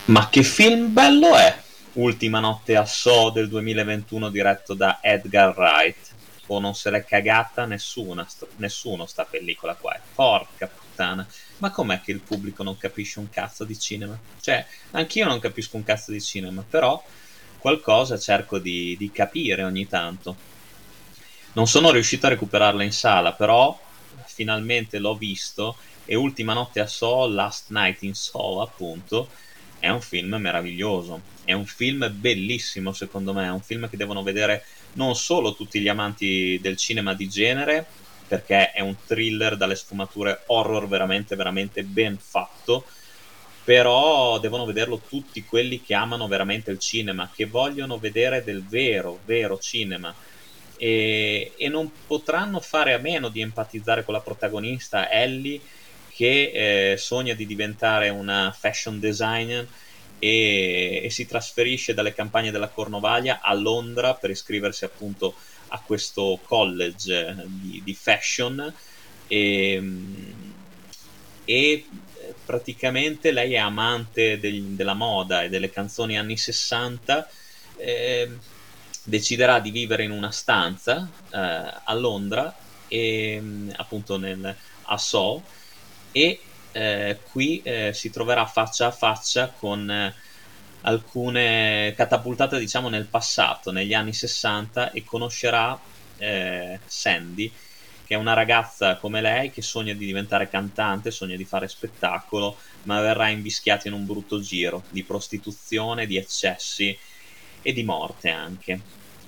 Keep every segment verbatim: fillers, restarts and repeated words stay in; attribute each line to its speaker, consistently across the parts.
Speaker 1: Ma che film bello è! Ultima notte a So del duemilaventuno diretto da Edgar Wright. O non se l'è cagata nessuna, sto- nessuno sta pellicola qua. eh. Porca puttana. Ma com'è che il pubblico non capisce un cazzo di cinema? Cioè, anch'io non capisco un cazzo di cinema, però qualcosa cerco di, di capire ogni tanto. Non sono riuscito a recuperarla in sala, però finalmente l'ho visto e Ultima notte a So, Last Night in Soho, appunto, è un film meraviglioso. È un film bellissimo, secondo me. È un film che devono vedere non solo tutti gli amanti del cinema di genere, perché è un thriller dalle sfumature horror veramente, veramente ben fatto, però devono vederlo tutti quelli che amano veramente il cinema, che vogliono vedere del vero, vero cinema e, e non potranno fare a meno di empatizzare con la protagonista Ellie che eh, sogna di diventare una fashion designer e, e si trasferisce dalle campagne della Cornovaglia a Londra per iscriversi appunto a questo college eh, di, di fashion e, e eh, praticamente lei è amante del- della moda e delle canzoni anni sessanta. eh, Deciderà di vivere in una stanza eh, a Londra e mh, appunto nel, a So e eh, qui eh, si troverà faccia a faccia con eh, alcune catapultate diciamo nel passato, negli anni sessanta e conoscerà eh, Sandy che è una ragazza come lei che sogna di diventare cantante, sogna di fare spettacolo, ma verrà invischiata in un brutto giro di prostituzione, di eccessi e di morte anche.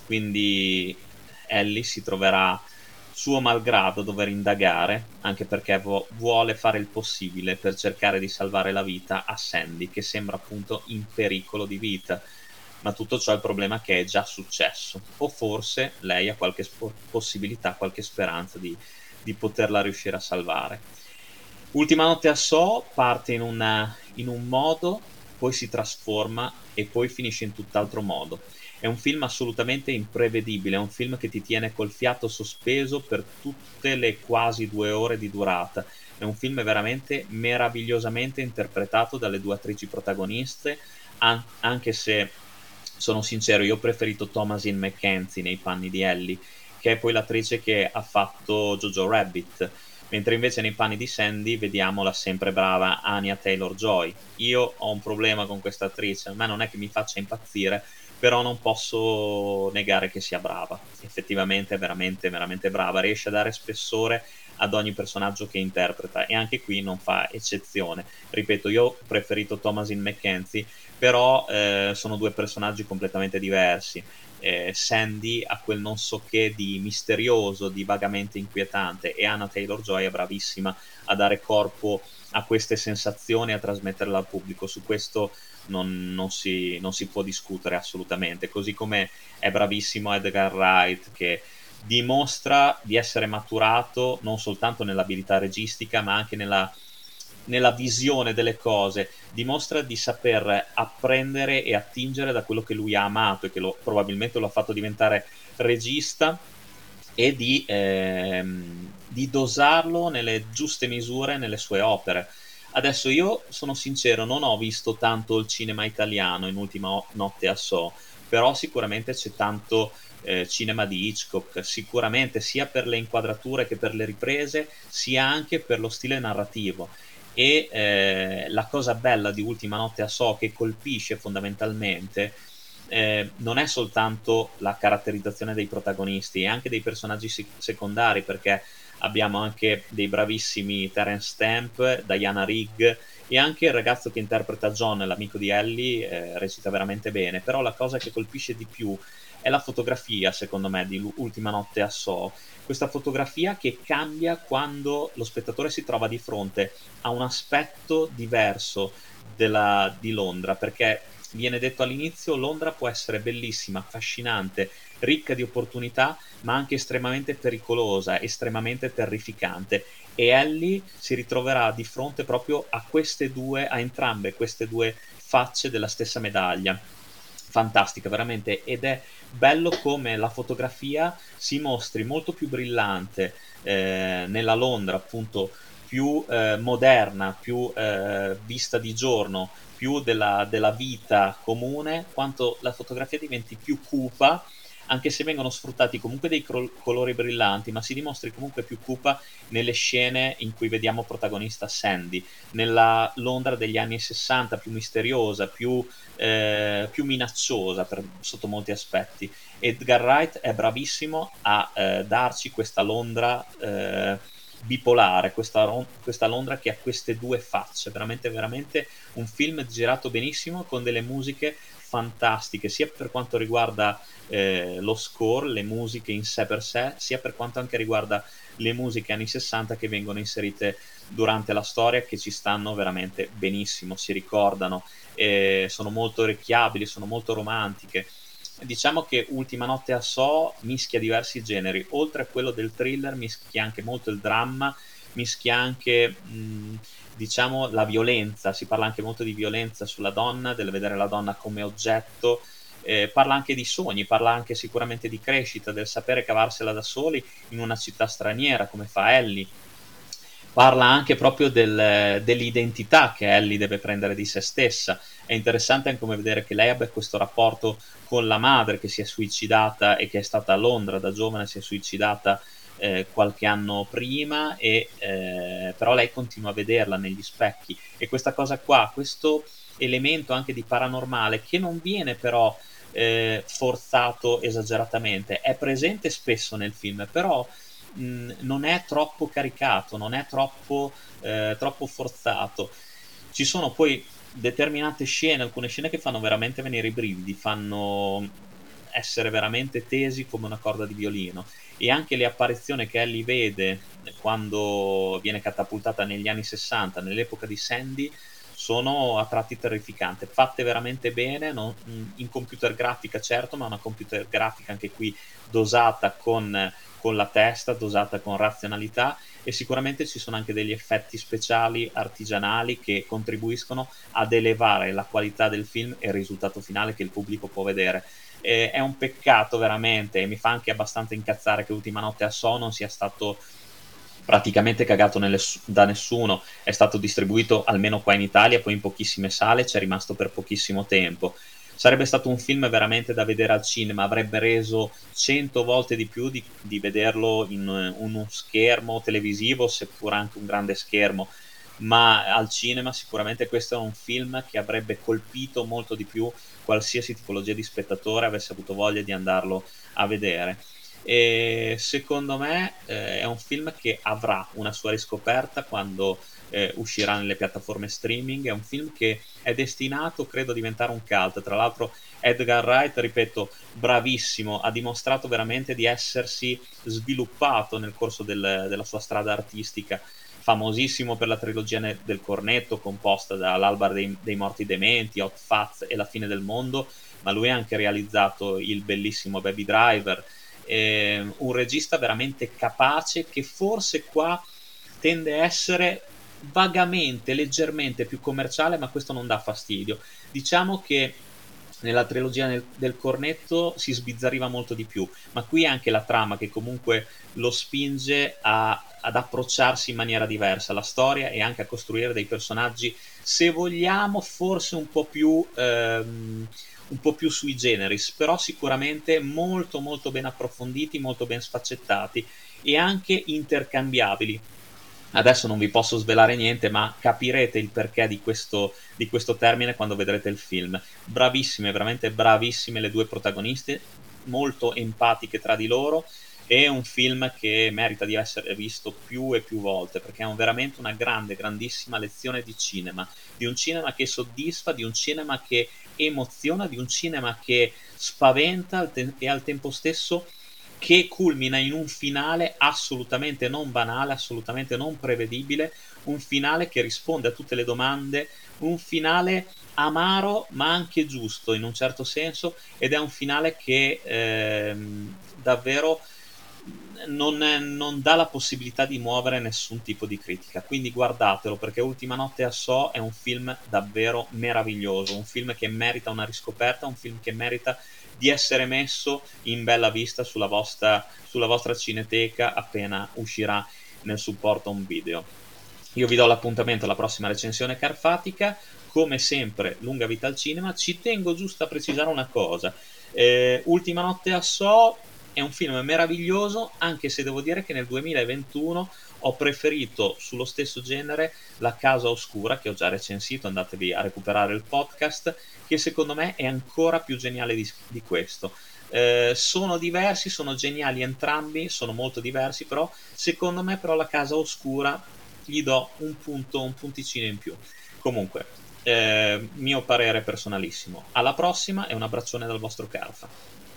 Speaker 1: Quindi Ellie si troverà suo malgrado a dover indagare, anche perché vu- vuole fare il possibile per cercare di salvare la vita a Sandy, che sembra appunto in pericolo di vita. Ma tutto ciò è il problema che è già successo. O forse lei ha qualche spo- possibilità, qualche speranza di, di poterla riuscire a salvare. Ultima notte a So parte in, una- in un modo, poi si trasforma e poi finisce in tutt'altro modo. È un film assolutamente imprevedibile, è un film che ti tiene col fiato sospeso per tutte le quasi due ore di durata. È un film veramente meravigliosamente interpretato dalle due attrici protagoniste, an- anche se sono sincero, io ho preferito Thomasin McKenzie nei panni di Ellie, che è poi l'attrice che ha fatto Jojo Rabbit, mentre invece nei panni di Sandy vediamo la sempre brava Anya Taylor-Joy. Io ho un problema con questa attrice, a me non è che mi faccia impazzire, però non posso negare che sia brava. Effettivamente è veramente, veramente brava, riesce a dare spessore ad ogni personaggio che interpreta e anche qui non fa eccezione. Ripeto, io ho preferito Thomasin McKenzie, però eh, sono due personaggi completamente diversi. Eh, Sandy ha quel non so che di misterioso, di vagamente inquietante e Anna Taylor-Joy è bravissima a dare corpo a queste sensazioni e a trasmetterle al pubblico. Su questo non, non si, non si può discutere assolutamente, così come è bravissimo Edgar Wright che dimostra di essere maturato non soltanto nell'abilità registica ma anche nella, nella visione delle cose, dimostra di saper apprendere e attingere da quello che lui ha amato e che lo, probabilmente lo ha fatto diventare regista e di, ehm, di dosarlo nelle giuste misure nelle sue opere. Adesso io sono sincero, non ho visto tanto il cinema italiano in Ultima o- notte a So, però sicuramente c'è tanto eh, cinema di Hitchcock, sicuramente sia per le inquadrature che per le riprese, sia anche per lo stile narrativo. E eh, la cosa bella di Ultima notte a So che colpisce fondamentalmente eh, non è soltanto la caratterizzazione dei protagonisti, è anche dei personaggi sec- secondari, perché abbiamo anche dei bravissimi Terence Stamp, Diana Rigg e anche il ragazzo che interpreta John, l'amico di Ellie, eh, recita veramente bene. Però la cosa che colpisce di più è la fotografia, secondo me, di Lu- Ultima notte a So. Questa fotografia che cambia quando lo spettatore si trova di fronte a un aspetto diverso della, di Londra, perché viene detto all'inizio, Londra può essere bellissima, affascinante, ricca di opportunità, ma anche estremamente pericolosa, estremamente terrificante. E Ellie si ritroverà di fronte proprio a queste due, a entrambe queste due facce della stessa medaglia. Fantastica, veramente, ed è bello come la fotografia si mostri molto più brillante eh, nella Londra, appunto, più eh, moderna, più eh, vista di giorno, più della, della vita comune, quanto la fotografia diventi più cupa, anche se vengono sfruttati comunque dei cro- colori brillanti, ma si dimostri comunque più cupa nelle scene in cui vediamo protagonista Sandy, nella Londra degli anni sessanta, più misteriosa, più, eh, più minacciosa per- sotto molti aspetti. Edgar Wright è bravissimo a eh, darci questa Londra eh, bipolare, questa, ron- questa Londra che ha queste due facce, veramente, veramente un film girato benissimo con delle musiche fantastiche, sia per quanto riguarda eh, lo score, le musiche in sé per sé, sia per quanto anche riguarda le musiche anni sessanta che vengono inserite durante la storia, che ci stanno veramente benissimo, si ricordano, eh, sono molto orecchiabili, sono molto romantiche. Diciamo che Ultima notte a So mischia diversi generi, oltre a quello del thriller mischia anche molto il dramma, mischia anche mh, diciamo la violenza, si parla anche molto di violenza sulla donna, del vedere la donna come oggetto, eh, parla anche di sogni, parla anche sicuramente di crescita, del sapere cavarsela da soli in una città straniera come fa Ellie, parla anche proprio del- dell'identità che Ellie deve prendere di se stessa. È interessante anche come vedere che lei abbia questo rapporto con la madre che si è suicidata e che è stata a Londra da giovane, si è suicidata eh, qualche anno prima, e eh, però lei continua a vederla negli specchi, e questa cosa qua, questo elemento anche di paranormale che non viene però eh, forzato esageratamente, è presente spesso nel film, però mh, non è troppo caricato, non è troppo, eh, troppo forzato. Ci sono poi determinate scene, alcune scene che fanno veramente venire i brividi, fanno essere veramente tesi come una corda di violino, e anche le apparizioni che Ellie vede quando viene catapultata negli anni sessanta, nell'epoca di Sandy, sono a tratti terrificanti, fatte veramente bene, non- in computer grafica certo, ma una computer grafica anche qui dosata con, con la testa, dosata con razionalità, e sicuramente ci sono anche degli effetti speciali artigianali che contribuiscono ad elevare la qualità del film e il risultato finale che il pubblico può vedere. Eh, è un peccato veramente, e mi fa anche abbastanza incazzare che Ultima notte a So non sia stato praticamente cagato nelle- da nessuno, è stato distribuito almeno qua in Italia, poi in pochissime sale, c'è rimasto per pochissimo tempo. Sarebbe stato un film veramente da vedere al cinema, avrebbe reso cento volte di più di, di vederlo in eh, uno schermo televisivo, seppur anche un grande schermo, ma al cinema sicuramente questo è un film che avrebbe colpito molto di più qualsiasi tipologia di spettatore avesse avuto voglia di andarlo a vedere. E secondo me eh, è un film che avrà una sua riscoperta quando eh, uscirà nelle piattaforme streaming. È un film che è destinato, credo, a diventare un cult. Tra l'altro Edgar Wright, ripeto, bravissimo, ha dimostrato veramente di essersi sviluppato nel corso del- della sua strada artistica, famosissimo per la trilogia ne- del cornetto composta dall'Alba dei, dei morti dementi, Hot Fuzz e La fine del mondo, ma lui ha anche realizzato il bellissimo Baby Driver. Eh, un regista veramente capace, che forse qua tende a essere vagamente, leggermente più commerciale, ma questo non dà fastidio. Diciamo che nella trilogia nel- del cornetto si sbizzarriva molto di più, ma qui è anche la trama che comunque lo spinge a- ad approcciarsi in maniera diversa alla storia e anche a costruire dei personaggi, se vogliamo, forse un po' più, ehm, un po' più sui generis, però sicuramente molto molto ben approfonditi, molto ben sfaccettati e anche intercambiabili. Adesso non vi posso svelare niente, ma capirete il perché di questo, di questo termine quando vedrete il film. Bravissime, veramente bravissime le due protagoniste, molto empatiche tra di loro. È un film che merita di essere visto più e più volte, perché è un- veramente una grande, grandissima lezione di cinema, di un cinema che soddisfa, di un cinema che emoziona, di un cinema che spaventa al te- e al tempo stesso che culmina in un finale assolutamente non banale, assolutamente non prevedibile, un finale che risponde a tutte le domande, un finale amaro ma anche giusto in un certo senso, ed è un finale che ehm, davvero non, non dà la possibilità di muovere nessun tipo di critica. Quindi guardatelo, perché Ultima notte a So è un film davvero meraviglioso, un film che merita una riscoperta, un film che merita di essere messo in bella vista sulla vostra, sulla vostra cineteca appena uscirà nel supporto a un video. io vi do l'appuntamento alla prossima recensione carfatica. Come sempre, lunga vita al cinema. Ci tengo giusto a precisare una cosa. Eh, Ultima notte a Soho è un film meraviglioso, anche se devo dire che nel duemilaventuno ho preferito sullo stesso genere La Casa Oscura, che ho già recensito, andatevi a recuperare il podcast, che secondo me è ancora più geniale di, di questo. Eh, sono diversi, sono geniali entrambi, sono molto diversi, però secondo me però La Casa Oscura gli do un punto, un punticino in più. Comunque, eh, mio parere personalissimo. Alla prossima e un abbraccione dal vostro Carfa.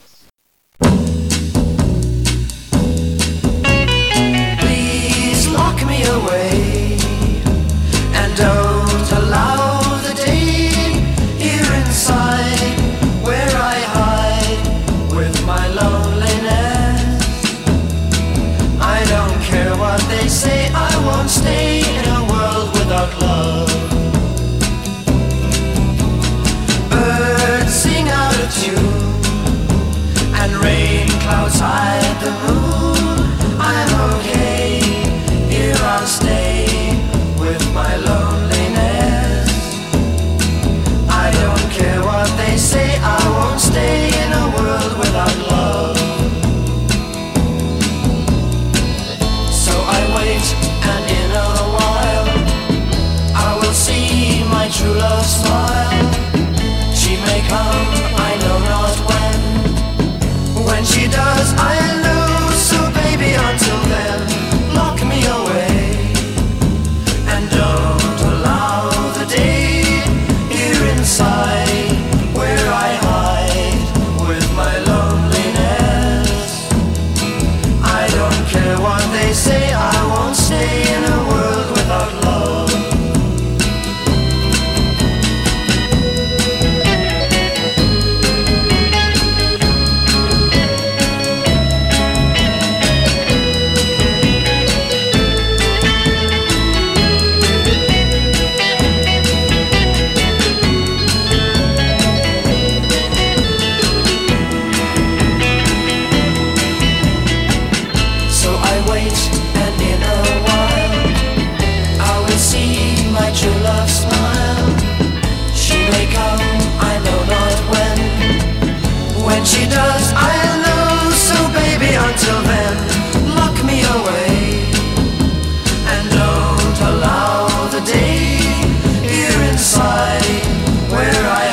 Speaker 2: Please lock me away and don't allow the day here inside where I hide with my loneliness. I don't care what they say, I won't stay in a world without love. Birds sing out of tune and rain clouds hide the moon. I'm okay, here I'll stay with my loneliness. I don't care what they say, I won't stay in a world without love. So I wait, and in a while I will see my true love smile. She may come, I know not when. When she does, I'll know. So baby, until then, lock me away and don't allow the day here inside where I hide with my loneliness. I don't care what they say, I won't stay in a world without love. When she does, I'll know. So baby, until then, lock me away and don't allow the day here inside where I